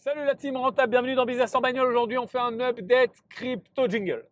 Salut la team rentable, bienvenue dans Business en bagnole. Aujourd'hui, on fait un update crypto jingle.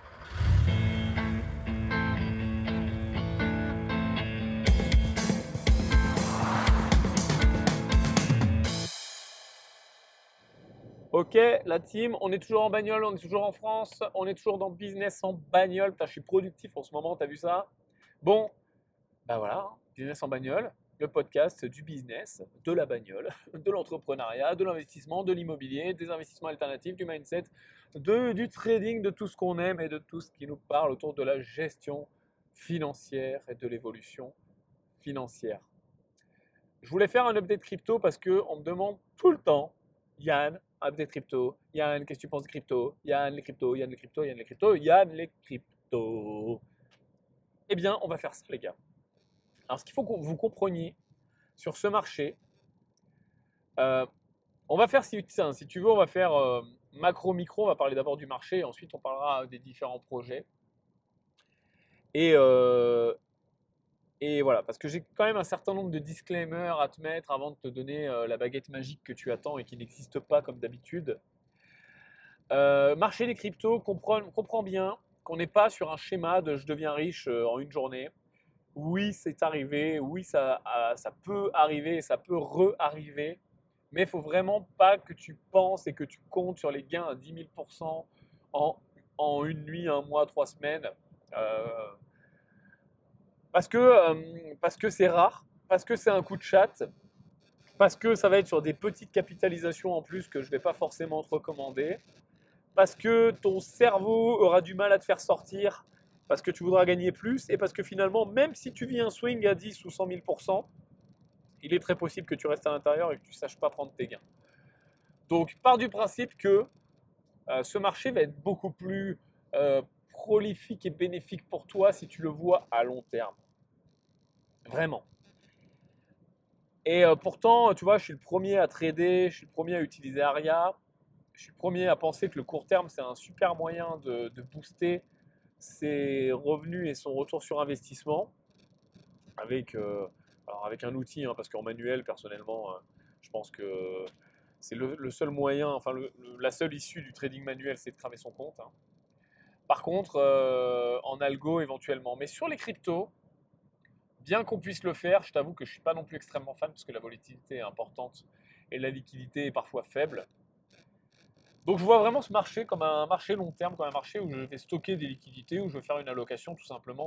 Ok, la team, on est toujours en bagnole, on est toujours en France, on est toujours dans Business en bagnole. Putain, je suis productif en ce moment, t'as vu ça? Bon, bah voilà, Business en bagnole, le podcast du business, de la bagnole, de l'entrepreneuriat, de l'investissement, de l'immobilier, des investissements alternatifs, du mindset, du trading, de tout ce qu'on aime et de tout ce qui nous parle autour de la gestion financière et de l'évolution financière. Je voulais faire un update crypto parce qu'on me demande tout le temps, Yann, update crypto, Yann, qu'est-ce que tu penses de crypto, Yann, les cryptos, Yann, les cryptos, Yann, les cryptos, Yann, les cryptos. Eh bien, on va faire ça, les gars. Alors, ce qu'il faut que vous compreniez sur ce marché, euh, on va faire, si tu veux, on va faire macro-micro, on va parler d'abord du marché, et ensuite on parlera des différents projets. Et, euh, et voilà, parce que j'ai quand même un certain nombre de disclaimers à te mettre avant de te donner la baguette magique que tu attends et qui n'existe pas comme d'habitude. Marché des cryptos, comprends bien qu'on n'est pas sur un schéma de je deviens riche en une journée. Oui, c'est arrivé, oui, ça peut arriver et ça peut re-arriver, mais il faut vraiment pas que tu penses et que tu comptes sur les gains à 10 000% en, en une nuit, un mois, 3 semaines. Euh, parce que c'est rare, parce que c'est un coup de chat, parce que ça va être sur des petites capitalisations en plus que je ne vais pas forcément te recommander, parce que ton cerveau aura du mal à te faire sortir, parce que tu voudras gagner plus, et parce que finalement, même si tu vis un swing à 10 ou 100 000%, il est très possible que tu restes à l'intérieur et que tu ne saches pas prendre tes gains. Donc, pars du principe que ce marché va être beaucoup plus prolifique et bénéfique pour toi si tu le vois à long terme. Vraiment. Et pourtant, tu vois, je suis le premier à trader, je suis le premier à utiliser Aria, je suis le premier à penser que le court terme, c'est un super moyen de booster ses revenus et son retour sur investissement avec, alors avec un outil, hein, parce qu'en manuel, personnellement, je pense que c'est le seul moyen, enfin la seule issue du trading manuel, c'est de cramer son compte, hein. Par contre, en algo éventuellement. Mais sur les cryptos, bien qu'on puisse le faire, je t'avoue que je ne suis pas non plus extrêmement fan parce que la volatilité est importante et la liquidité est parfois faible. Donc je vois vraiment ce marché comme un marché long terme, comme un marché où je vais stocker des liquidités, où je vais faire une allocation tout simplement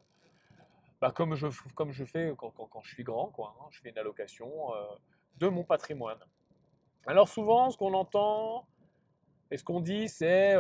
comme je fais quand je suis grand, quoi, hein. Je fais une allocation de mon patrimoine. Alors souvent, ce qu'on entend et ce qu'on dit, c'est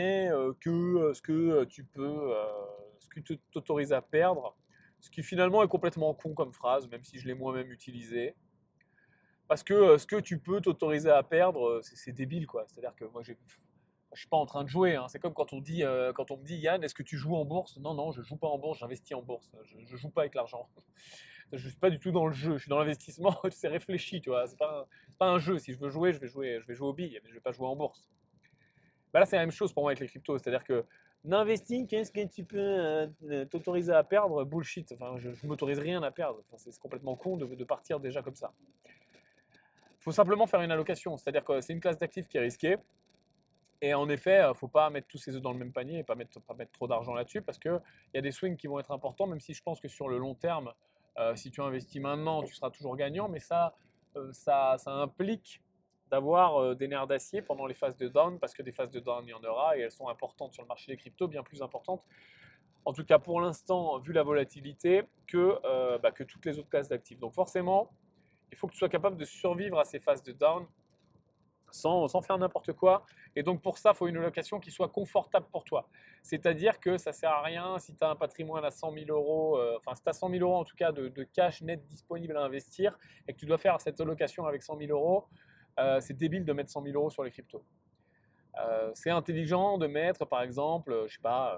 ce que tu peux, ce que tu t'autorises à perdre, ce qui finalement est complètement con comme phrase, même si je l'ai moi-même utilisé. Parce que ce que tu peux t'autoriser à perdre, c'est débile, quoi. C'est-à-dire que moi, je suis pas en train de jouer, hein. C'est comme quand on me dit, Yann, est-ce que tu joues en bourse? Non, non, je joue pas en bourse, j'investis en bourse. Je joue pas avec l'argent. Je suis pas du tout dans le jeu, je suis dans l'investissement, c'est réfléchi, tu vois. C'est pas un jeu. Si je veux jouer, je vais jouer aux billes, mais je vais pas jouer en bourse. Bah là, c'est la même chose pour moi avec les cryptos. C'est-à-dire que n'investis, qu'est-ce que tu peux t'autoriser à perdre? Bullshit. Enfin, je m'autorise rien à perdre. Enfin, c'est complètement con de partir déjà comme ça. Il faut simplement faire une allocation. C'est-à-dire que c'est une classe d'actifs qui est risquée. Et en effet, il ne faut pas mettre tous ses œufs dans le même panier et pas mettre trop d'argent là-dessus parce qu'il y a des swings qui vont être importants, même si je pense que sur le long terme, si tu investis maintenant, tu seras toujours gagnant, mais ça implique d'avoir des nerfs d'acier pendant les phases de down, parce que des phases de down, il y en aura, et elles sont importantes sur le marché des cryptos, bien plus importantes, en tout cas pour l'instant, vu la volatilité, que toutes les autres classes d'actifs. Donc forcément, il faut que tu sois capable de survivre à ces phases de down sans faire n'importe quoi. Et donc pour ça, il faut une allocation qui soit confortable pour toi. C'est-à-dire que ça ne sert à rien si tu as un patrimoine à 100 000 euros, enfin si tu as 100 000 euros en tout cas de cash net disponible à investir et que tu dois faire cette allocation avec 100 000 euros, c'est débile de mettre 100 000 euros sur les cryptos. C'est intelligent de mettre par exemple, je sais pas,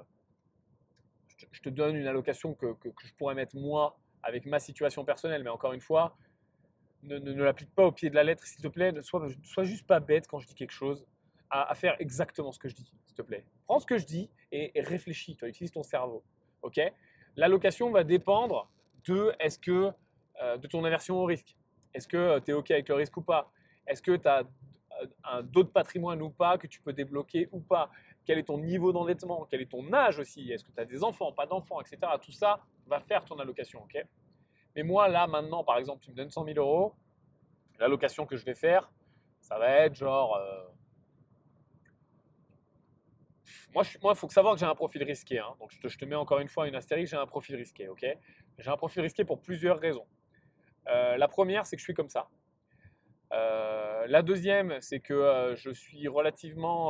je te donne une allocation que je pourrais mettre moi avec ma situation personnelle, mais encore une fois, ne l'applique pas au pied de la lettre, s'il te plaît. Ne sois juste pas bête quand je dis quelque chose, à faire exactement ce que je dis, s'il te plaît. Prends ce que je dis et réfléchis, toi, utilise ton cerveau. Ok? L'allocation va dépendre de ton aversion au risque. Est-ce que tu es OK avec le risque ou pas? Est-ce que tu as d'autres patrimoines ou pas, que tu peux débloquer ou pas, quel est ton niveau d'endettement, quel est ton âge aussi, est-ce que tu as des enfants, pas d'enfants, etc. Tout ça va faire ton allocation, ok? Mais moi, là, maintenant, par exemple, tu me donnes 100 000 euros, l'allocation que je vais faire, ça va être genre. Moi, il faut savoir que j'ai un profil risqué, hein. Donc, je te mets encore une fois une astérisque, j'ai un profil risqué, ok? J'ai un profil risqué pour plusieurs raisons. La première, c'est que je suis comme ça. La deuxième, c'est que je suis relativement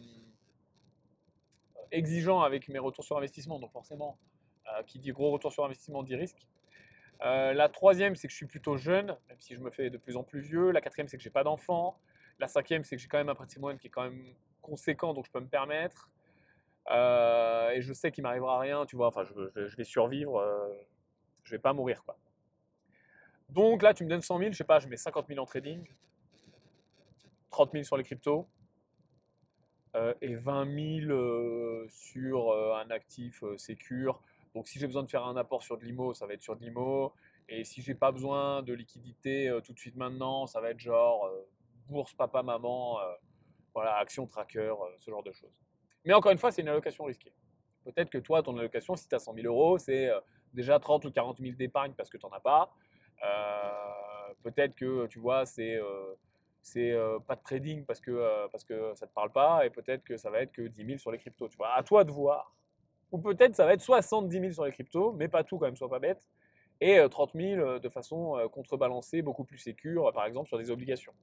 exigeant avec mes retours sur investissement. Donc, forcément, qui dit gros retour sur investissement dit risque. La troisième, c'est que je suis plutôt jeune, même si je me fais de plus en plus vieux. La quatrième, c'est que j'ai pas d'enfant. La cinquième, c'est que j'ai quand même un patrimoine qui est quand même conséquent, donc je peux me permettre. Et je sais qu'il m'arrivera rien, tu vois. Enfin, je vais survivre, je vais pas mourir, quoi. Donc là, tu me donnes 100 000, je sais pas, je mets 50 000 en trading, 30 000 sur les cryptos et 20 000 sur un actif sécure. Donc si j'ai besoin de faire un apport sur de l'IMO, ça va être sur de l'IMO. Et si j'ai pas besoin de liquidité tout de suite maintenant, ça va être genre bourse, papa, maman, voilà, action tracker, ce genre de choses. Mais encore une fois, c'est une allocation risquée. Peut-être que toi, ton allocation, si tu as 100 000 euros, c'est déjà 30 ou 40 000 d'épargne parce que tu n'en as pas. Peut-être que tu vois, c'est pas de trading parce que ça ne te parle pas, et peut-être que ça va être que 10 000 sur les cryptos. Tu vois, à toi de voir. Ou peut-être ça va être 70 000 sur les cryptos, mais pas tout quand même, sois pas bête. Et 30 000 de façon contrebalancée, beaucoup plus sécure, par exemple sur des obligations.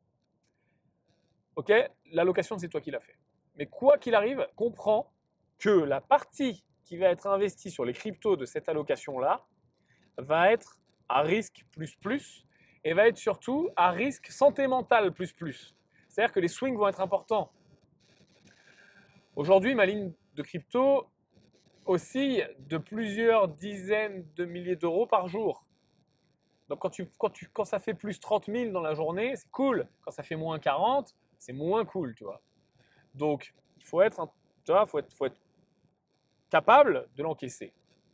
Ok, l'allocation, c'est toi qui l'as fait. Mais quoi qu'il arrive, comprends que la partie qui va être investie sur les cryptos de cette allocation-là va être à risque plus plus et va être surtout à risque santé mentale plus plus. C'est-à-dire que les swings vont être importants. Aujourd'hui, ma ligne de crypto oscille de plusieurs dizaines de milliers d'euros par jour. Donc quand ça fait plus 30 000 dans la journée, c'est cool. Quand ça fait moins 40, c'est moins cool, tu vois. Donc, il faut être, tu vois, faut être capable de l'encaisser.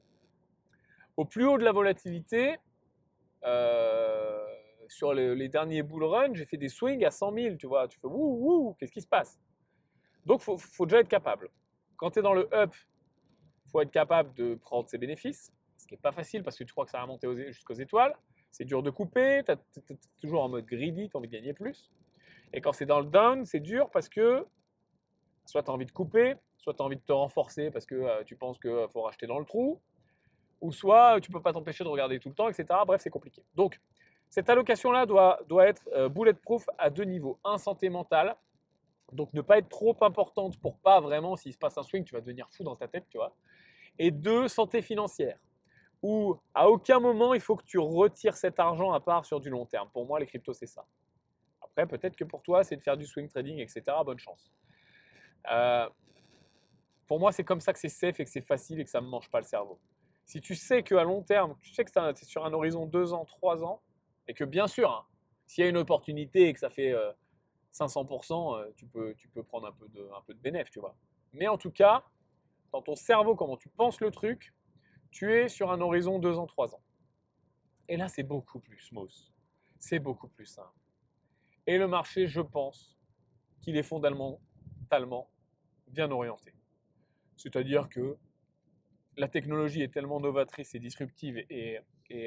Au plus haut de la volatilité, euh, sur les derniers bull runs, j'ai fait des swings à 100 000, tu vois. Tu fais wouh, wouh, qu'est-ce qui se passe? Donc, faut déjà être capable. Quand tu es dans le up, il faut être capable de prendre ses bénéfices, ce qui n'est pas facile parce que tu crois que ça va monter jusqu'aux étoiles. C'est dur de couper, tu es toujours en mode greedy, tu as envie de gagner plus. Et quand c'est dans le down, c'est dur parce que soit tu as envie de couper, soit tu as envie de te renforcer parce que tu penses qu'il faut racheter dans le trou, ou soit tu ne peux pas t'empêcher de regarder tout le temps, etc. Bref, c'est compliqué. Donc, cette allocation-là doit être bulletproof à deux niveaux. Un, santé mentale, donc ne pas être trop importante pour pas vraiment, s'il se passe un swing, tu vas devenir fou dans ta tête, tu vois. Et deux, santé financière, où à aucun moment il faut que tu retires cet argent à part sur du long terme. Pour moi, les cryptos, c'est ça. Après, peut-être que pour toi, c'est de faire du swing trading, etc. Bonne chance. Euh, pour moi, c'est comme ça que c'est safe et que c'est facile et que ça ne me mange pas le cerveau. Si tu sais qu'à long terme, tu sais que tu es sur un horizon 2 ans, 3 ans, et que bien sûr, hein, s'il y a une opportunité et que ça fait 500%, tu peux prendre un peu de bénéfice, tu vois. Mais en tout cas, dans ton cerveau, comment tu penses le truc, tu es sur un horizon 2 ans, 3 ans. Et là, c'est beaucoup plus smooth. C'est beaucoup plus simple. Et le marché, je pense qu'il est fondamentalement bien orienté. C'est-à-dire que la technologie est tellement novatrice et disruptive et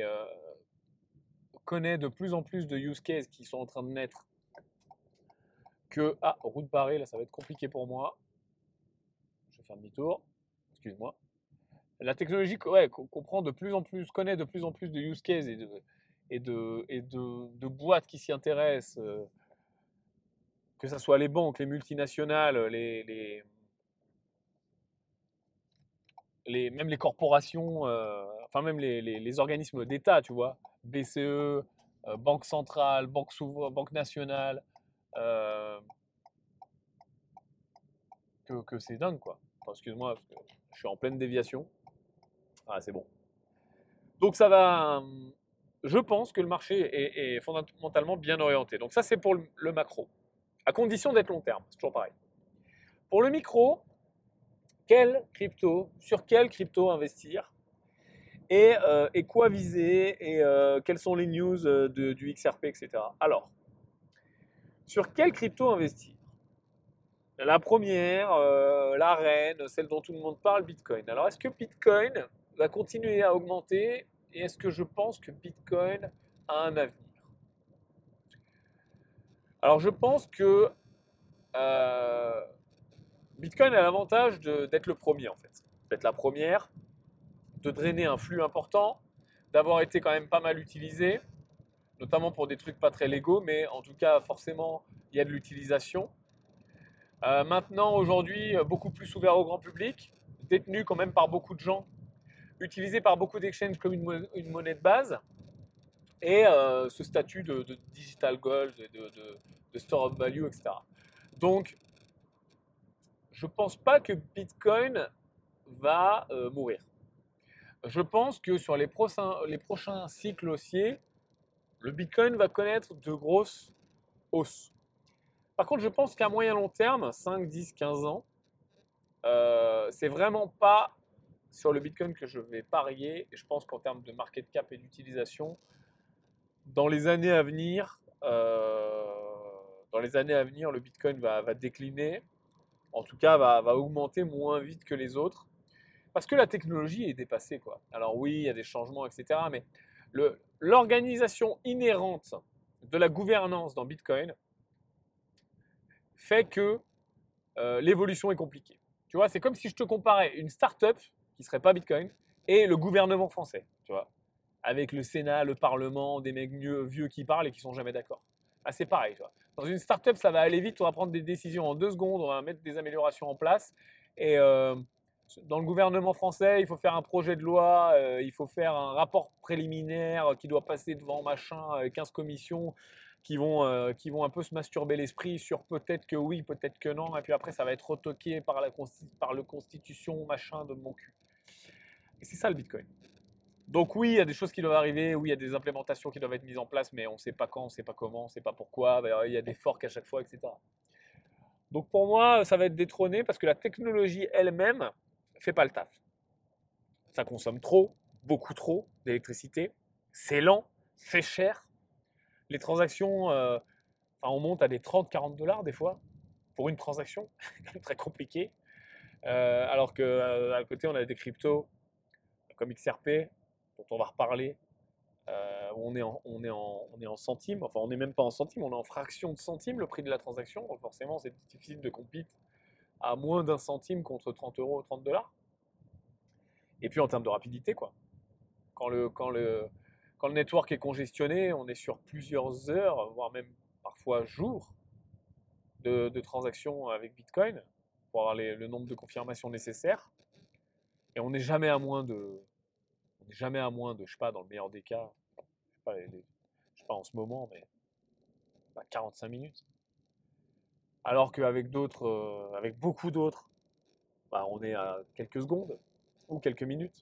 connaît de plus en plus de use cases qui sont en train de naître que... Ah, route barrée, là ça va être compliqué pour moi. Je vais faire demi-tour. Excuse-moi. La technologie ouais, comprend de plus en plus, connaît de plus en plus de use cases de boîtes qui s'y intéressent, que ce soit les banques, les multinationales, même les corporations, enfin même les organismes d'État, tu vois, BCE, Banque centrale, Banque nationale, euh, que c'est dingue, quoi. Enfin, excuse-moi, parce que je suis en pleine déviation. Ah, c'est bon. Donc ça va. Je pense que le marché est fondamentalement bien orienté. Donc ça, c'est pour le macro, à condition d'être long terme. C'est toujours pareil. Pour le micro, sur quel crypto investir et quoi viser et quelles sont les news du XRP, etc. Alors, Sur quelle crypto investir? La première, la reine, celle dont tout le monde parle, Bitcoin. Alors, est-ce que Bitcoin va continuer à augmenter et est-ce que je pense que Bitcoin a un avenir? Alors, je pense que euh, Bitcoin a l'avantage d'être le premier, en fait. D'être la première, de drainer un flux important, d'avoir été quand même pas mal utilisé, notamment pour des trucs pas très légaux, mais en tout cas, forcément, il y a de l'utilisation. Maintenant, aujourd'hui, beaucoup plus ouvert au grand public, détenu quand même par beaucoup de gens, utilisé par beaucoup d'exchanges comme une monnaie de base, et ce statut de digital gold, de store of value, etc. Donc, je ne pense pas que Bitcoin va mourir. Je pense que sur les prochains cycles haussiers, le Bitcoin va connaître de grosses hausses. Par contre, je pense qu'à moyen long terme, 5, 10, 15 ans, c'est vraiment pas sur le Bitcoin que je vais parier. Et je pense qu'en termes de market cap et d'utilisation, dans les années à venir, le Bitcoin va décliner. En tout cas, va augmenter moins vite que les autres. Parce que la technologie est dépassée, quoi. Alors oui, il y a des changements, etc. Mais l'organisation inhérente de la gouvernance dans Bitcoin fait que l'évolution est compliquée. Tu vois, c'est comme si je te comparais une start-up qui serait pas Bitcoin et le gouvernement français, tu vois, avec le Sénat, le Parlement, des mecs vieux qui parlent et qui sont jamais d'accord. Ah, c'est pareil, tu vois. Dans une start-up, ça va aller vite, on va prendre des décisions en 2 secondes, on va mettre des améliorations en place. Et dans le gouvernement français, il faut faire un projet de loi, il faut faire un rapport préliminaire qui doit passer devant machin, 15 commissions qui vont un peu se masturber l'esprit sur peut-être que oui, peut-être que non, et puis après ça va être retoqué par par le constitution machin de mon cul. Et c'est ça le Bitcoin. Donc oui, il y a des choses qui doivent arriver, oui, il y a des implémentations qui doivent être mises en place, mais on ne sait pas quand, on ne sait pas comment, on ne sait pas pourquoi, il y a des forks à chaque fois, etc. Donc pour moi, ça va être détrôné parce que la technologie elle-même ne fait pas le taf. Ça consomme trop, beaucoup trop d'électricité, c'est lent, c'est cher. Les transactions, enfin, on monte à des 30-40 $ des fois pour une transaction, très compliqué. Alors qu'à côté, on a des cryptos comme XRP, dont on va reparler, où on est en centimes, enfin on n'est même pas en centimes, on est en fraction de centimes le prix de la transaction, donc forcément c'est difficile de compete à moins d'un centime contre 30 euros, 30 $. Et puis en termes de rapidité, quoi. Quand le, quand le, quand le network est congestionné, on est sur plusieurs heures, voire même parfois jours de transactions avec Bitcoin pour avoir le nombre de confirmations nécessaires. Et on n'est jamais à moins de, on n'est jamais à moins de, je sais pas, dans le meilleur des cas, je sais pas, je sais pas en ce moment, mais 45 minutes. Alors qu'avec d'autres, avec beaucoup d'autres, on est à quelques secondes ou quelques minutes.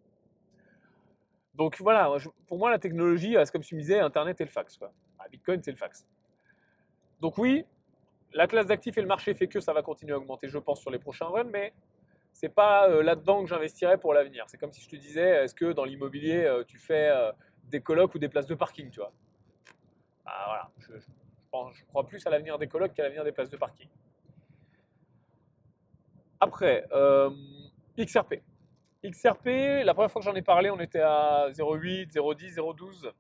Donc voilà, pour moi la technologie, c'est comme tu me disais, Internet et le fax, quoi. Bitcoin, c'est le fax. Donc oui, la classe d'actifs et le marché fait que ça va continuer à augmenter, je pense, sur les prochains runs, mais c'est pas là-dedans que j'investirais pour l'avenir. C'est comme si je te disais, est-ce que dans l'immobilier, tu fais des colocs ou des places de parking, tu vois? Voilà, je crois plus à l'avenir des colocs qu'à l'avenir des places de parking. Après, XRP. XRP, la première fois que j'en ai parlé, on était à 0,8, 0,10, 0,12.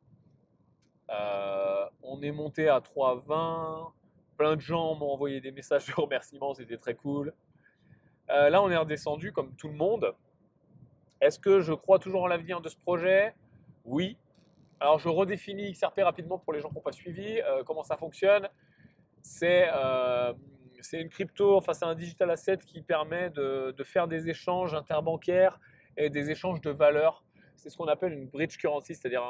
On est monté à 3,20. Plein de gens m'ont envoyé des messages de remerciement, c'était très cool. Là, on est redescendu comme tout le monde. Est-ce que je crois toujours en l'avenir de ce projet? Oui. Alors, je redéfinis XRP rapidement pour les gens qui n'ont pas suivi. Comment ça fonctionne? C'est une crypto, enfin, c'est un digital asset qui permet de faire des échanges interbancaires et des échanges de valeurs. C'est ce qu'on appelle une bridge currency, c'est-à-dire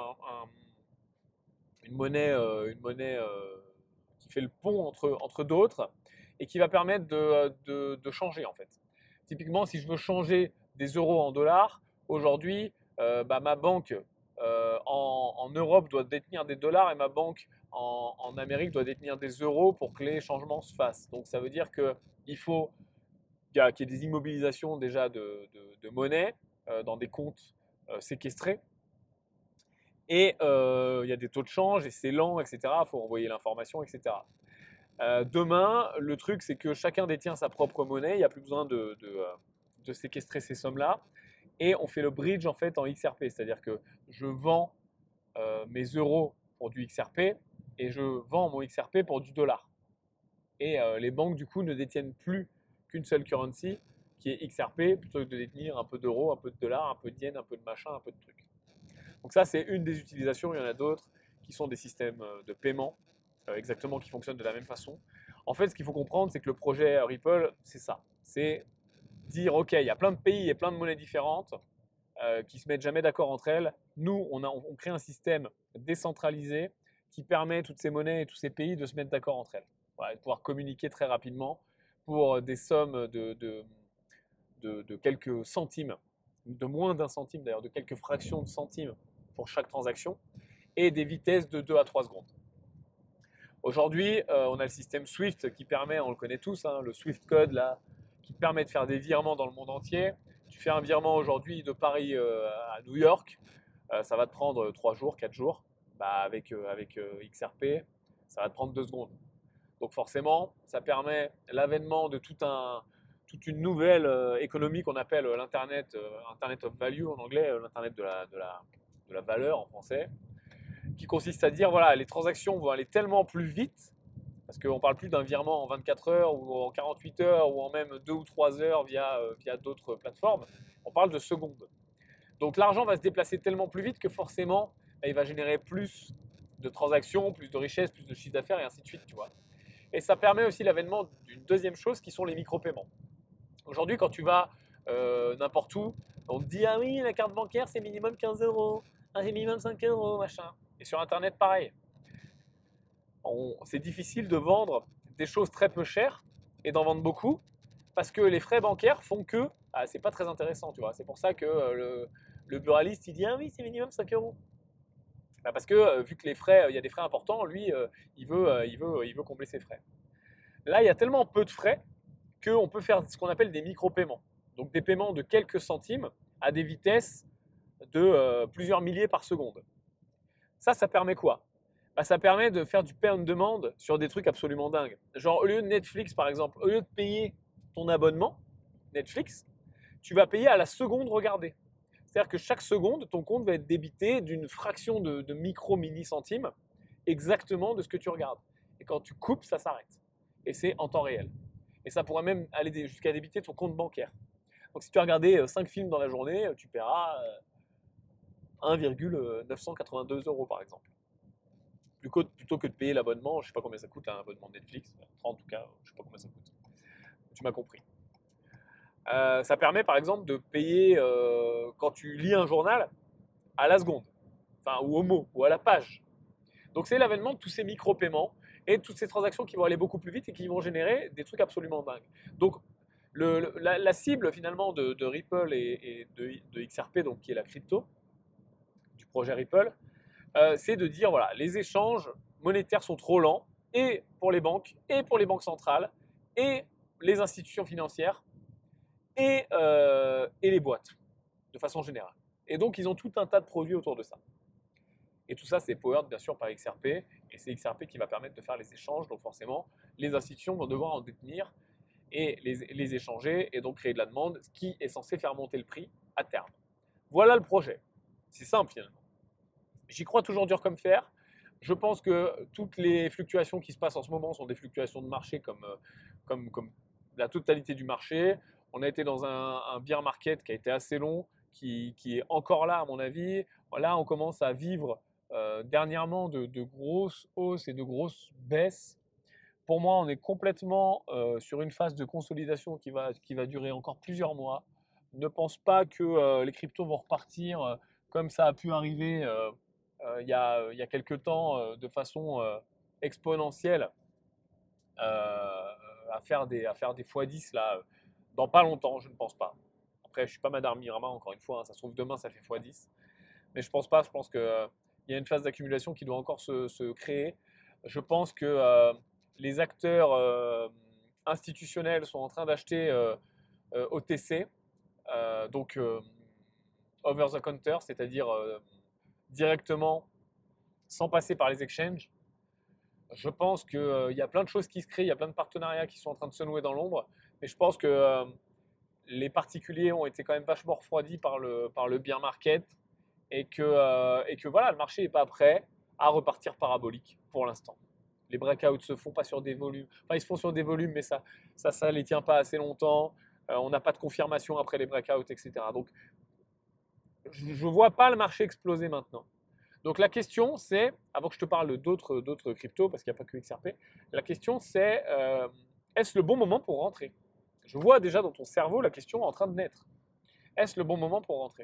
une monnaie qui fait le pont entre d'autres et qui va permettre de changer en fait. Typiquement, si je veux changer des euros en dollars, aujourd'hui, ma banque en Europe doit détenir des dollars et ma banque en Amérique doit détenir des euros pour que les changements se fassent. Donc ça veut dire qu'il faut qu'il y ait des immobilisations déjà de monnaie dans des comptes séquestrés. Et il y a des taux de change et c'est lent, etc. Il faut envoyer l'information, etc. Demain, le truc, c'est que chacun détient sa propre monnaie. Il n'y a plus besoin de séquestrer ces sommes-là. Et on fait le bridge en fait en XRP. C'est-à-dire que je vends mes euros pour du XRP et je vends mon XRP pour du dollar. Et les banques, du coup, ne détiennent plus qu'une seule currency, qui est XRP, plutôt que de détenir un peu d'euros, un peu de dollars, un peu de yens, un peu de machin, un peu de trucs. Donc ça, c'est une des utilisations. Il y en a d'autres qui sont des systèmes de paiement, exactement, qui fonctionnent de la même façon. En fait, ce qu'il faut comprendre, c'est que le projet Ripple, c'est ça. C'est dire, OK, il y a plein de pays et plein de monnaies différentes qui ne se mettent jamais d'accord entre elles. Nous, on crée un système décentralisé qui permet à toutes ces monnaies et tous ces pays de se mettre d'accord entre elles. Voilà, et de pouvoir communiquer très rapidement pour des sommes de quelques centimes, de moins d'un centime d'ailleurs, de quelques fractions de centimes pour chaque transaction, et des vitesses de 2 à 3 secondes. Aujourd'hui, on a le système SWIFT qui permet, on le connaît tous, hein, le SWIFT code là, qui permet de faire des virements dans le monde entier. Tu fais un virement aujourd'hui de Paris à New York, ça va te prendre 3 jours, 4 jours. Bah, avec XRP, ça va te prendre 2 secondes. Donc forcément, ça permet l'avènement de toute une nouvelle économie qu'on appelle l'Internet, Internet of Value en anglais, l'Internet de la valeur en français, qui consiste à dire, voilà, les transactions vont aller tellement plus vite, parce qu'on ne parle plus d'un virement en 24 heures ou en 48 heures ou en même 2 ou 3 heures via d'autres plateformes, on parle de secondes. Donc l'argent va se déplacer tellement plus vite que forcément, il va générer plus de transactions, plus de richesses, plus de chiffre d'affaires et ainsi de suite, tu vois. Et ça permet aussi l'avènement d'une deuxième chose qui sont les micro-paiements. Aujourd'hui, quand tu vas n'importe où, on te dit ah oui, la carte bancaire c'est minimum 15 euros, ah, c'est minimum 5 euros, machin. Et sur internet, pareil. C'est difficile de vendre des choses très peu chères et d'en vendre beaucoup parce que les frais bancaires font que c'est pas très intéressant, tu vois. C'est pour ça que le buraliste il dit ah oui, c'est minimum 5 euros. Bah, parce que vu que les frais, il y a des frais importants, lui, il veut combler ses frais. Là, il y a tellement peu de frais qu'on peut faire ce qu'on appelle des micro-paiements. Donc des paiements de quelques centimes à des vitesses de plusieurs milliers par seconde. Ça permet quoi? Bah, ça permet de faire du pay on demand sur des trucs absolument dingues. Genre, au lieu de Netflix, par exemple, au lieu de payer ton abonnement, Netflix, tu vas payer à la seconde regardée. C'est-à-dire que chaque seconde, ton compte va être débité d'une fraction de micro-mini centimes exactement de ce que tu regardes. Et quand tu coupes, ça s'arrête. Et c'est en temps réel. Et ça pourrait même aller jusqu'à débiter ton compte bancaire. Donc si tu as regardé 5 films dans la journée, tu paieras 1,982 euros par exemple. Plutôt que de payer l'abonnement, je ne sais pas combien ça coûte un abonnement Netflix, 30 en tout cas, je ne sais pas combien ça coûte. Tu m'as compris. Ça permet par exemple de payer quand tu lis un journal à la seconde, enfin ou au mot, ou à la page. Donc c'est l'avènement de tous ces micro-paiements et de toutes ces transactions qui vont aller beaucoup plus vite et qui vont générer des trucs absolument dingues. Donc la cible finalement de Ripple et de XRP, donc qui est la crypto du projet Ripple, c'est de dire voilà, les échanges monétaires sont trop lents et pour les banques centrales et les institutions financières et les boîtes de façon générale. Et donc ils ont tout un tas de produits autour de ça. Et tout ça, c'est powered bien sûr par XRP, et c'est XRP qui va permettre de faire les échanges, donc forcément, les institutions vont devoir en détenir et les échanger, et donc créer de la demande, ce qui est censé faire monter le prix à terme. Voilà le projet. C'est simple finalement. J'y crois toujours dur comme fer. Je pense que toutes les fluctuations qui se passent en ce moment sont des fluctuations de marché comme la totalité du marché. On a été dans un bear market qui a été assez long, qui est encore là à mon avis. Là, on commence à vivre dernièrement de grosses hausses et de grosses baisses. Pour moi, on est complètement sur une phase de consolidation qui va durer encore plusieurs mois. Ne pense pas que les cryptos vont repartir comme ça a pu arriver il y a quelques temps de façon exponentielle à faire des x10 là, dans pas longtemps, je ne pense pas. Après, je ne suis pas Madame Mirama, encore une fois, hein, ça se trouve demain ça fait x10. Mais je pense pas, je pense qu'il y a une phase d'accumulation qui doit encore se créer. Je pense que les acteurs institutionnels sont en train d'acheter OTC, donc over the counter, c'est-à-dire directement sans passer par les exchanges. Je pense qu'il y a plein de choses qui se créent, il y a plein de partenariats qui sont en train de se nouer dans l'ombre, mais je pense que les particuliers ont été quand même vachement refroidis par le bear market et que voilà, le marché n'est pas prêt à repartir parabolique pour l'instant. Les breakouts se font pas sur des volumes, enfin ils se font sur des volumes, mais ça les tient pas assez longtemps. On n'a pas de confirmation après les breakouts, etc. Donc je ne vois pas le marché exploser maintenant. Donc la question c'est, avant que je te parle d'autres cryptos, parce qu'il n'y a pas que XRP, la question c'est est-ce le bon moment pour rentrer? Je vois déjà dans ton cerveau la question en train de naître. Est-ce le bon moment pour rentrer?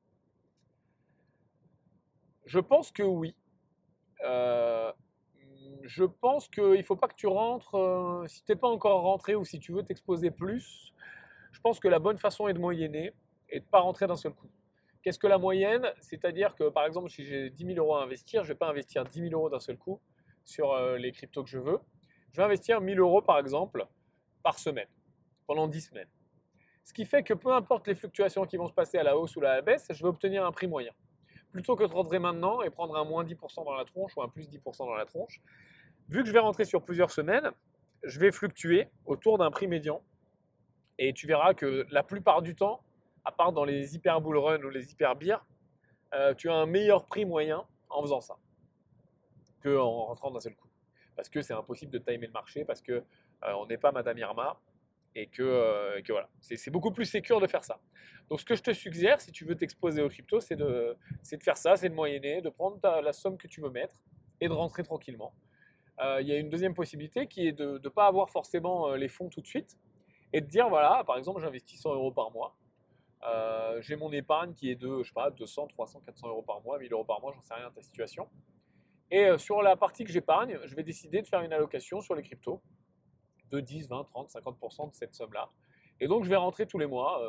Je pense que oui. Euh, je pense qu'il ne faut pas que tu rentres, si tu n'es pas encore rentré ou si tu veux t'exposer plus, je pense que la bonne façon est de moyenner et de ne pas rentrer d'un seul coup. Qu'est-ce que la moyenne? C'est-à-dire que par exemple, si j'ai 10 000 euros à investir, je ne vais pas investir 10 000 euros d'un seul coup sur les cryptos que je veux. Je vais investir 1 000 euros par exemple par semaine, pendant 10 semaines. Ce qui fait que peu importe les fluctuations qui vont se passer à la hausse ou à la baisse, je vais obtenir un prix moyen. Plutôt que de rentrer maintenant et prendre un moins 10% dans la tronche ou un plus 10% dans la tronche, vu que je vais rentrer sur plusieurs semaines, je vais fluctuer autour d'un prix médian. Et tu verras que la plupart du temps, à part dans les hyper bull run ou les hyper beer, tu as un meilleur prix moyen en faisant ça qu'en rentrant d'un seul coup. Parce que c'est impossible de timer le marché, parce que on n'est pas Madame Irma et que voilà. C'est beaucoup plus sécure de faire ça. Donc ce que je te suggère, si tu veux t'exposer aux cryptos, c'est de faire ça, c'est de moyenner, de prendre la somme que tu veux mettre et de rentrer tranquillement. Il y a une deuxième possibilité qui est de ne pas avoir forcément les fonds tout de suite et de dire voilà, par exemple, j'investis 100 euros par mois. J'ai mon épargne qui est de, je sais pas, 200, 300, 400 euros par mois, 1000 euros par mois, j'en sais rien de ta situation. Et sur la partie que j'épargne, je vais décider de faire une allocation sur les cryptos de 10, 20, 30, 50% de cette somme-là. Et donc, je vais rentrer tous les mois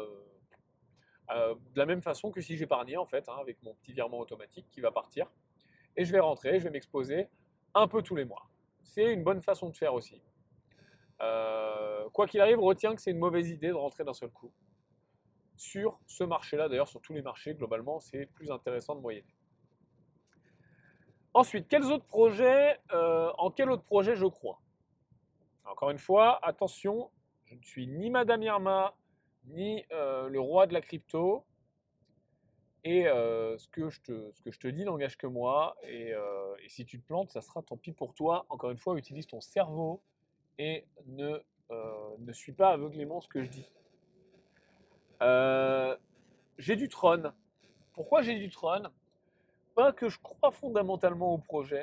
de la même façon que si j'épargnais, en fait, hein, avec mon petit virement automatique qui va partir. Et je vais rentrer, je vais m'exposer un peu tous les mois. C'est une bonne façon de faire aussi. Quoi qu'il arrive, retiens que c'est une mauvaise idée de rentrer d'un seul coup. Sur ce marché-là, d'ailleurs, sur tous les marchés, globalement, c'est plus intéressant de moyenner. Ensuite, en quel autre projet je crois? Encore une fois, attention, je ne suis ni Madame Irma, ni le roi de la crypto. Et ce que je te dis n'engage que moi. Et si tu te plantes, ça sera tant pis pour toi. Encore une fois, utilise ton cerveau et ne suis pas aveuglément ce que je dis. Euh, j'ai du Tron. Pourquoi j'ai du Tron? Pas que je crois fondamentalement au projet,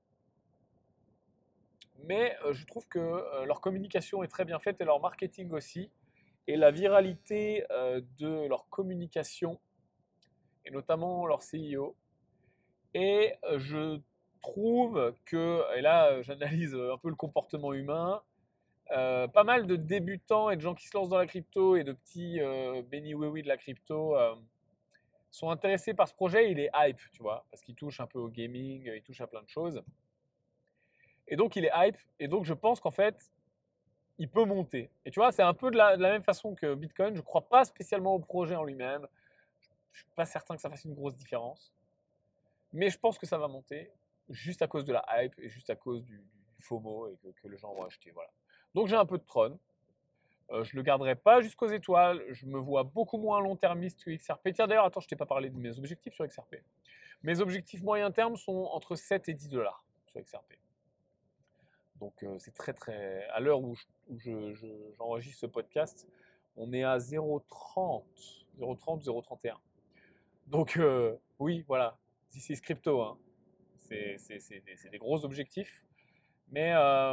mais je trouve que leur communication est très bien faite et leur marketing aussi. Et la viralité de leur communication, et notamment leur CIO. Et je trouve que, et là j'analyse un peu le comportement humain, pas mal de débutants et de gens qui se lancent dans la crypto et de petits béni oui oui de la crypto sont intéressés par ce projet. Il est hype, tu vois, parce qu'il touche un peu au gaming, il touche à plein de choses. Et donc il est hype, et donc je pense qu'en fait, il peut monter. Et tu vois, c'est un peu de la même façon que Bitcoin. Je ne crois pas spécialement au projet en lui-même. Je ne suis pas certain que ça fasse une grosse différence. Mais je pense que ça va monter juste à cause de la hype et juste à cause du FOMO et que les gens vont acheter. Voilà. Donc j'ai un peu de Tron. Je ne le garderai pas jusqu'aux étoiles. Je me vois beaucoup moins long-termiste que XRP. Tiens, d'ailleurs, attends, je t'ai pas parlé de mes objectifs sur XRP. Mes objectifs moyen terme sont entre 7 et 10 dollars sur XRP. Donc c'est très très. À l'heure où j'enregistre ce podcast, on est à 0,30, 0,30, 0,31. Donc oui, voilà. This is crypto, hein. C'est des gros objectifs. Mais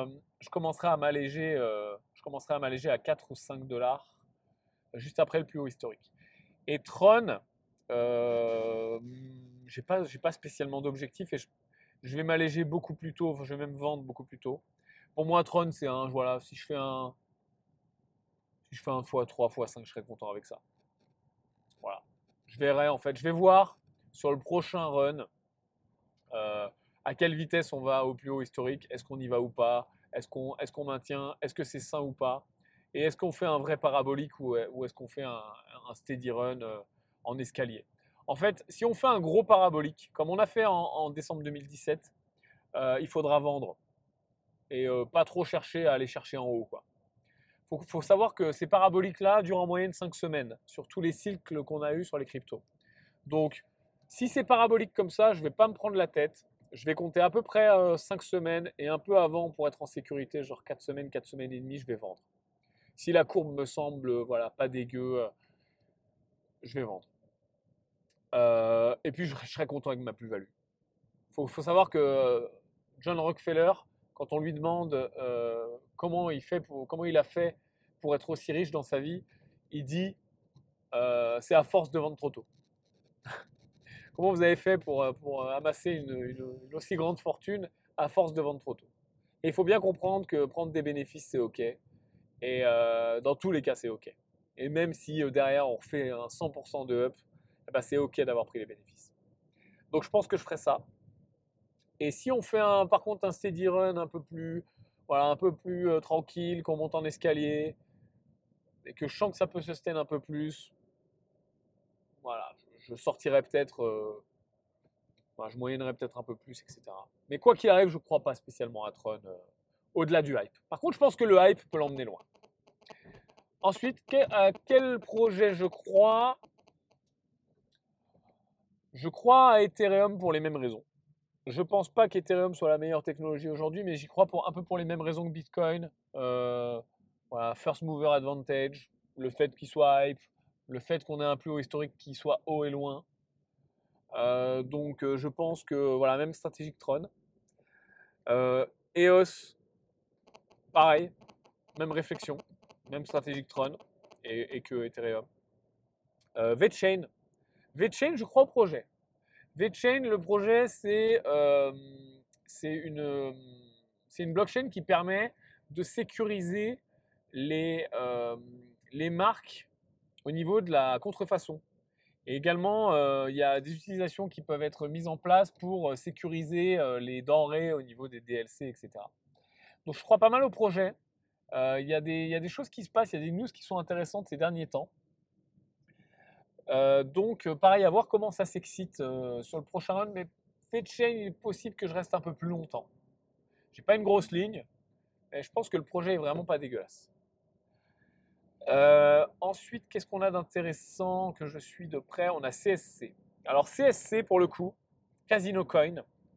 je commencerai à m'alléger à 4 ou 5 dollars juste après le plus haut historique. Et Tron, euh, j'ai pas spécialement d'objectif et je vais m'alléger beaucoup plus tôt, enfin, je vais même vendre beaucoup plus tôt. Pour moi, Tron, c'est un, voilà, si je fais un x3, x5, je serai content avec ça. Voilà. Je verrai en fait, je vais voir sur le prochain run euh, à quelle vitesse on va au plus haut historique, est-ce qu'on y va ou pas, est-ce qu'on maintient, est-ce que c'est sain ou pas, et est-ce qu'on fait un vrai parabolique ou est-ce qu'on fait un steady run en escalier. En fait, si on fait un gros parabolique, comme on a fait en décembre 2017, il faudra vendre et pas trop chercher à aller chercher en haut, quoi. Faut savoir que ces paraboliques-là durent en moyenne 5 semaines sur tous les cycles qu'on a eu sur les cryptos. Donc, si c'est parabolique comme ça, je ne vais pas me prendre la tête. Je vais compter à peu près 5 semaines et un peu avant pour être en sécurité, genre 4 semaines et demie, je vais vendre. Si la courbe me semble voilà, pas dégueu, je vais vendre. Et puis je serai content avec ma plus-value. Faut savoir que John Rockefeller, quand on lui demande comment il a fait pour être aussi riche dans sa vie, il dit c'est à force de vendre trop tôt. Comment vous avez fait pour amasser une aussi grande fortune à force de vendre trop tôt? Et il faut bien comprendre que prendre des bénéfices, c'est OK. Et dans tous les cas, c'est OK. Et même si derrière, on refait un 100% de up, eh ben, c'est OK d'avoir pris les bénéfices. Donc je pense que je ferai ça. Et si on fait par contre un steady run un peu plus, voilà, un peu plus tranquille, qu'on monte en escalier, et que je sens que ça peut se sustain un peu plus, voilà, je sortirai peut-être, enfin, je moyennerai peut-être un peu plus, etc. Mais quoi qu'il arrive, je ne crois pas spécialement à Tron au-delà du hype. Par contre, je pense que le hype peut l'emmener loin. Ensuite, à quel projet je crois? Je crois à Ethereum pour les mêmes raisons. Je ne pense pas qu'Ethereum soit la meilleure technologie aujourd'hui, mais j'y crois un peu pour les mêmes raisons que Bitcoin. Voilà, first mover advantage, le fait qu'il soit hype, le fait qu'on ait un plus haut historique qui soit haut et loin. Donc je pense que voilà, même stratégie que Tron. EOS, pareil, même réflexion, même stratégie que Tron et que Ethereum. VeChain, je crois au projet. VeChain, le projet, c'est une blockchain qui permet de sécuriser les marques au niveau de la contrefaçon. Et également, il y a des utilisations qui peuvent être mises en place pour sécuriser les denrées au niveau des DLC, etc. Donc je crois pas mal au projet. Il y a des choses qui se passent, il y a des news qui sont intéressantes ces derniers temps. Donc pareil, à voir comment ça s'excite sur le prochain run, mais VeChain, il est possible que je reste un peu plus longtemps. J'ai pas une grosse ligne, mais je pense que le projet est vraiment pas dégueulasse. Ensuite, qu'est-ce qu'on a d'intéressant que je suis de près? On a CSC. Alors CSC, pour le coup, Casino Coin.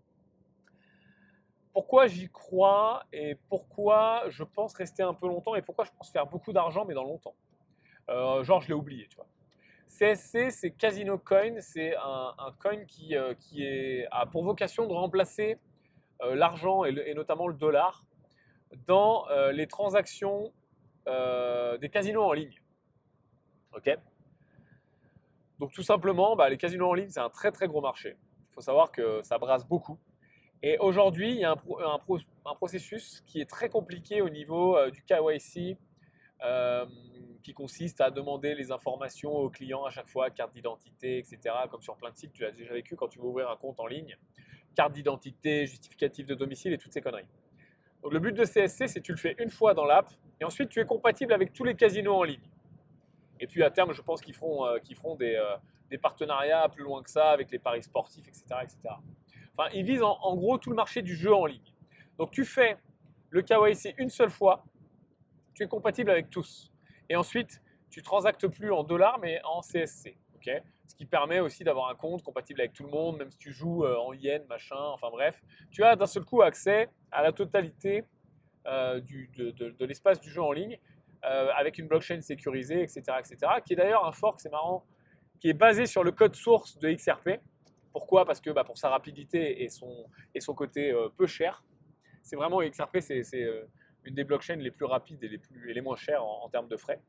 Pourquoi j'y crois et pourquoi je pense rester un peu longtemps et pourquoi je pense faire beaucoup d'argent mais dans longtemps. Genre, je l'ai oublié, tu vois. CSC, c'est Casino Coin, c'est un coin qui a pour vocation de remplacer l'argent et notamment le dollar dans les transactions des casinos en ligne. Ok. Donc tout simplement, les casinos en ligne, c'est un très très gros marché. Il faut savoir que ça brasse beaucoup. Et aujourd'hui, il y a un processus qui est très compliqué au niveau du KYC, qui consiste à demander les informations aux clients à chaque fois, carte d'identité, etc. Comme sur plein de sites, tu l'as déjà vécu quand tu veux ouvrir un compte en ligne, carte d'identité, justificatif de domicile et toutes ces conneries. Donc le but de CSC, c'est que tu le fais une fois dans l'app et ensuite tu es compatible avec tous les casinos en ligne. Et puis à terme, je pense qu'ils feront des partenariats plus loin que ça avec les paris sportifs, etc. etc. Enfin, ils visent en gros tout le marché du jeu en ligne. Donc tu fais le KYC une seule fois, tu es compatible avec tous. Et ensuite, tu transactes plus en dollars, mais en CSC. Okay, ce qui permet aussi d'avoir un compte compatible avec tout le monde, même si tu joues en yens, machin, enfin bref. Tu as d'un seul coup accès à la totalité de l'espace du jeu en ligne, avec une blockchain sécurisée, etc., etc., qui est d'ailleurs un fork, c'est marrant, qui est basé sur le code source de XRP. Pourquoi? Parce que pour sa rapidité et son côté peu cher. C'est vraiment XRP, c'est une des blockchains les plus rapides et les moins chères en termes de frais.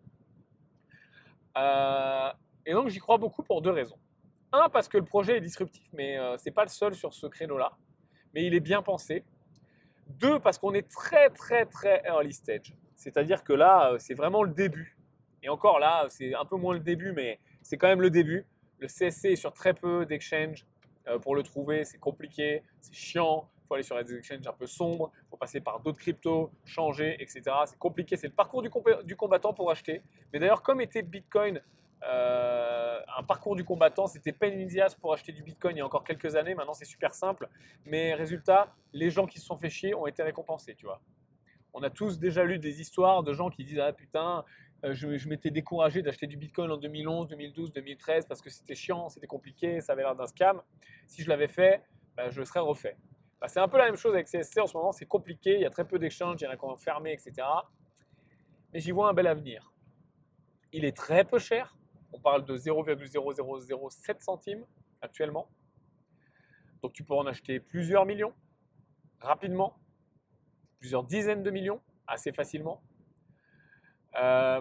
Et donc j'y crois beaucoup pour deux raisons. Un, parce que le projet est disruptif, mais ce n'est pas le seul sur ce créneau-là, mais il est bien pensé. Deux, parce qu'on est très très très early stage. C'est-à-dire que là, c'est vraiment le début. Et encore là, c'est un peu moins le début, mais c'est quand même le début. Le CSC est sur très peu d'exchanges. Pour le trouver, c'est compliqué, c'est chiant. Il faut aller sur des exchanges un peu sombres, il faut passer par d'autres cryptos, changer, etc. C'est compliqué, c'est le parcours du combattant pour acheter. Mais d'ailleurs, comme était Bitcoin Un parcours du combattant, c'était pain in the ass pour acheter du Bitcoin il y a encore quelques années. Maintenant, c'est super simple. Mais résultat, les gens qui se sont fait chier ont été récompensés, tu vois. On a tous déjà lu des histoires de gens qui disent ah putain, je m'étais découragé d'acheter du Bitcoin en 2011, 2012, 2013 parce que c'était chiant, c'était compliqué, ça avait l'air d'un scam. Si je l'avais fait, bah, je le serais refait. Bah, c'est un peu la même chose avec CSC en ce moment, c'est compliqué, il y a très peu d'échanges, il y en a qui ont fermé, etc. Mais j'y vois un bel avenir. Il est très peu cher, on parle de 0,0007 centimes actuellement. Donc tu peux en acheter plusieurs millions rapidement, plusieurs dizaines de millions assez facilement. Euh,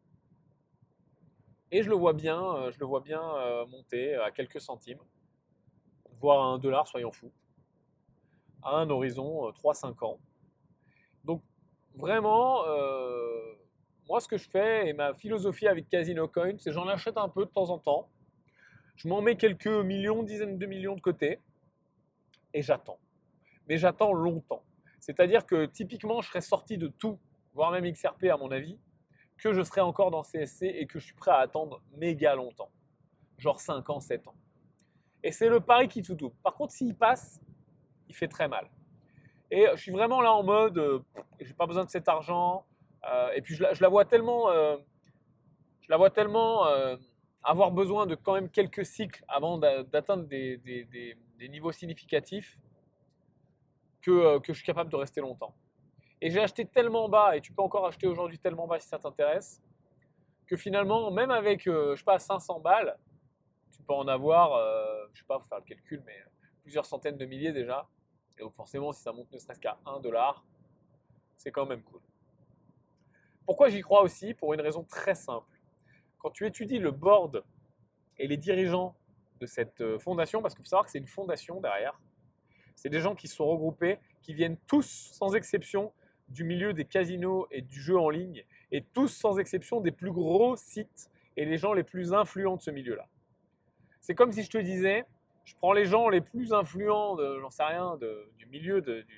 Et je le vois bien monter à quelques centimes, voire à 1 dollar, soyons fous, à un horizon 3-5 ans. Donc vraiment, moi ce que je fais et ma philosophie avec Casino Coin, c'est j'en achète un peu de temps en temps, je m'en mets quelques millions, dizaines de millions de côté, et j'attends. Mais j'attends longtemps. C'est-à-dire que typiquement, je serais sorti de tout, voire même XRP à mon avis, que je serais encore dans CSC et que je suis prêt à attendre méga longtemps. Genre 5 ans, 7 ans. Et c'est le pari qui tout double. Par contre, s'il passe, il fait très mal. Et je suis vraiment là en mode, j'ai pas besoin de cet argent. Et puis je la vois tellement, avoir besoin de quand même quelques cycles avant d'atteindre des niveaux significatifs que je suis capable de rester longtemps. Et j'ai acheté tellement bas, et tu peux encore acheter aujourd'hui tellement bas si ça t'intéresse, que finalement, même avec, je sais pas, 500 balles, tu peux en avoir, je sais pas, faut faire le calcul, mais plusieurs centaines de milliers déjà. Et donc forcément, si ça monte ne serait-ce qu'à 1 dollar, c'est quand même cool. Pourquoi j'y crois aussi? Pour une raison très simple. Quand tu étudies le board et les dirigeants de cette fondation, parce qu'il faut savoir que c'est une fondation derrière, c'est des gens qui se sont regroupés, qui viennent tous, sans exception, du milieu des casinos et du jeu en ligne, et tous, sans exception, des plus gros sites et les gens les plus influents de ce milieu-là. C'est comme si je te disais, je prends les gens les plus influents, j'en sais rien, du milieu,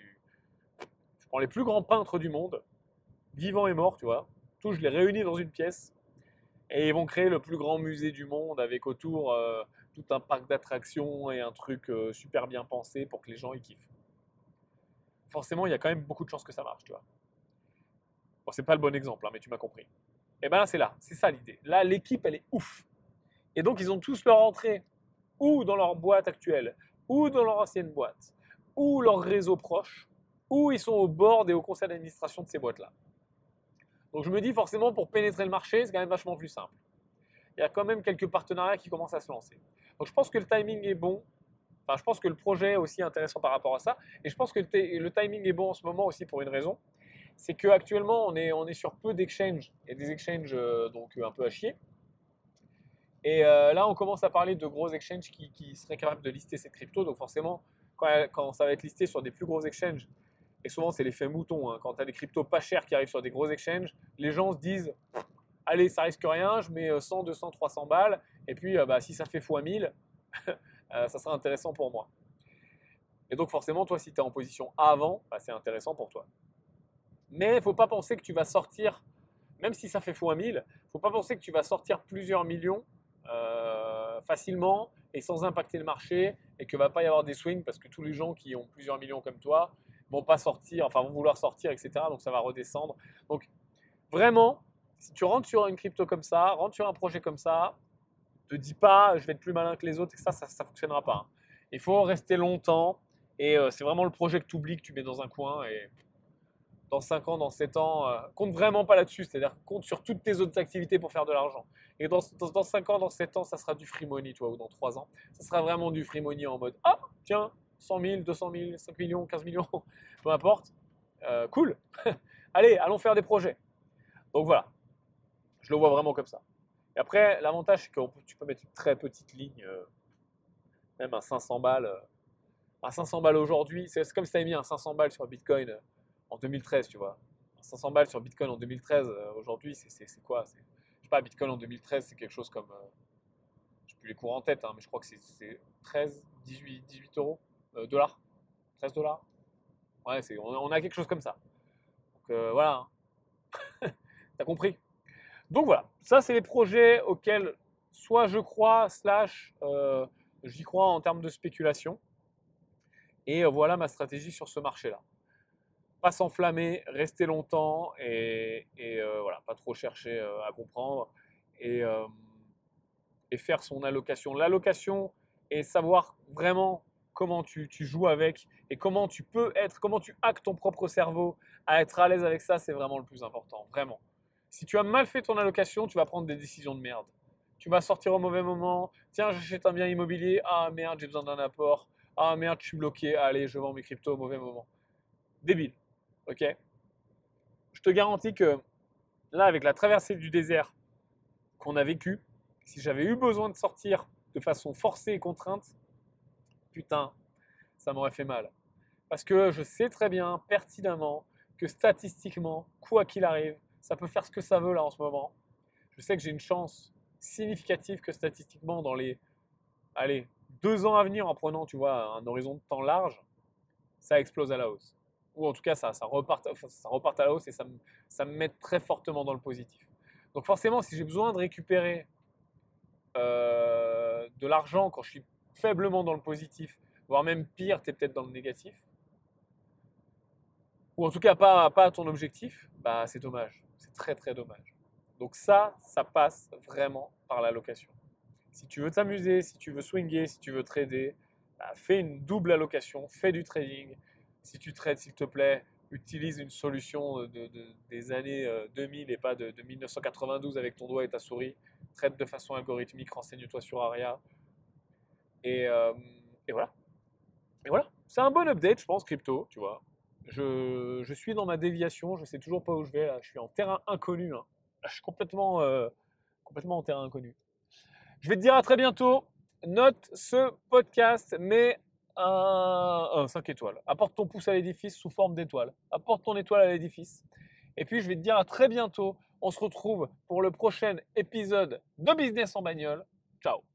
je prends les plus grands peintres du monde, vivants et morts, tu vois, tous, je les réunis dans une pièce, et ils vont créer le plus grand musée du monde avec autour tout un parc d'attractions et un truc super bien pensé pour que les gens y kiffent. Forcément, il y a quand même beaucoup de chances que ça marche, tu vois. Bon, c'est pas le bon exemple, hein, mais tu m'as compris. Et ben là, c'est ça l'idée. Là, l'équipe, elle est ouf. Et donc, ils ont tous leur entrée, ou dans leur boîte actuelle, ou dans leur ancienne boîte, ou leur réseau proche, ou ils sont au board et au conseil d'administration de ces boîtes-là. Donc, je me dis forcément, pour pénétrer le marché, c'est quand même vachement plus simple. Il y a quand même quelques partenariats qui commencent à se lancer. Donc, je pense que le timing est bon. Enfin, je pense que le projet est aussi intéressant par rapport à ça. Et je pense que le timing est bon en ce moment aussi pour une raison. C'est qu'actuellement, on est sur peu d'exchanges et des exchanges donc un peu à chier. Et là, on commence à parler de gros exchanges qui seraient capables de lister cette crypto. Donc forcément, quand ça va être listé sur des plus gros exchanges, et souvent c'est l'effet mouton, hein, quand tu as des cryptos pas chers qui arrivent sur des gros exchanges, les gens se disent, allez, ça risque rien, je mets 100, 200, 300 balles, et puis bah, si ça fait x1000, ça sera intéressant pour moi. Et donc forcément, toi, si tu es en position avant, bah, c'est intéressant pour toi. Mais il ne faut pas penser que tu vas sortir, même si ça fait x1000, il ne faut pas penser que tu vas sortir plusieurs millions facilement et sans impacter le marché et que va pas y avoir des swings parce que tous les gens qui ont plusieurs millions comme toi vont pas sortir, enfin vont vouloir sortir, etc. Donc ça va redescendre. Donc vraiment, si tu rentres sur une crypto comme ça, rentre sur un projet comme ça, te dis pas je vais être plus malin que les autres et ça fonctionnera pas, hein. Il faut rester longtemps et c'est vraiment le projet que tu oublies, que tu mets dans un coin et dans 5 ans, dans 7 ans, compte vraiment pas là-dessus, c'est-à-dire compte sur toutes tes autres activités pour faire de l'argent. Et dans 5 ans, dans 7 ans, ça sera du free money, toi, ou dans 3 ans, ça sera vraiment du free money en mode ah, tiens, 100 000, 200 000, 5 millions, 15 millions, peu importe, cool, allez, allons faire des projets. Donc voilà, je le vois vraiment comme ça. Et après, l'avantage, c'est que tu peux mettre une très petite ligne, même un 500 balles. Un 500 balles aujourd'hui, c'est comme si tu avais mis un 500 balles sur Bitcoin en 2013, tu vois. 500 balles sur Bitcoin en 2013, aujourd'hui, c'est quoi? Je sais pas, Bitcoin en 2013, c'est quelque chose comme, je n'ai plus les cours en tête, hein, mais je crois que c'est 13, 18 euros, dollars, 13 dollars. Ouais, on a quelque chose comme ça. Donc voilà, hein. T'as compris. Donc voilà, ça c'est les projets auxquels soit je crois, j'y crois en termes de spéculation. Et voilà ma stratégie sur ce marché-là. Pas s'enflammer, rester longtemps et voilà, pas trop chercher à comprendre et, euh, et faire son allocation. L'allocation et savoir vraiment comment tu joues avec et comment tu peux être, comment tu hackes ton propre cerveau à être à l'aise avec ça, c'est vraiment le plus important, vraiment. Si tu as mal fait ton allocation, tu vas prendre des décisions de merde. Tu vas sortir au mauvais moment. Tiens, j'achète un bien immobilier. Ah merde, j'ai besoin d'un apport. Ah merde, je suis bloqué. Allez, je vends mes cryptos au mauvais moment. Débile. Ok. Je te garantis que là, avec la traversée du désert qu'on a vécue, si j'avais eu besoin de sortir de façon forcée et contrainte, putain, ça m'aurait fait mal. Parce que je sais très bien, pertinemment, que statistiquement, quoi qu'il arrive, ça peut faire ce que ça veut là en ce moment. Je sais que j'ai une chance significative que statistiquement, dans les, allez, 2 ans à venir, en prenant, tu vois, un horizon de temps large, ça explose à la hausse. Ou en tout cas, ça repart à la hausse et ça me met très fortement dans le positif. Donc forcément, si j'ai besoin de récupérer de l'argent quand je suis faiblement dans le positif, voire même pire, tu es peut-être dans le négatif, ou en tout cas pas à ton objectif, bah c'est dommage. C'est très très dommage. Donc ça passe vraiment par la location. Si tu veux t'amuser, si tu veux swinger, si tu veux trader, bah, fais une double allocation, fais du trading. Si tu trades, s'il te plaît, utilise une solution des années 2000 et pas de 1992 avec ton doigt et ta souris. Trade de façon algorithmique, renseigne-toi sur Aria. Et, euh, et voilà. Et voilà. C'est un bon update, je pense, crypto, tu vois. Je suis dans ma déviation, je sais toujours pas où je vais là. Je suis en terrain inconnu, hein. Là, je suis complètement en terrain inconnu. Je vais te dire à très bientôt. Note ce podcast, mets un 5 étoiles. Apporte ton pouce à l'édifice sous forme d'étoile. Apporte ton étoile à l'édifice. Et puis je vais te dire à très bientôt. On se retrouve pour le prochain épisode de Business en bagnole. Ciao.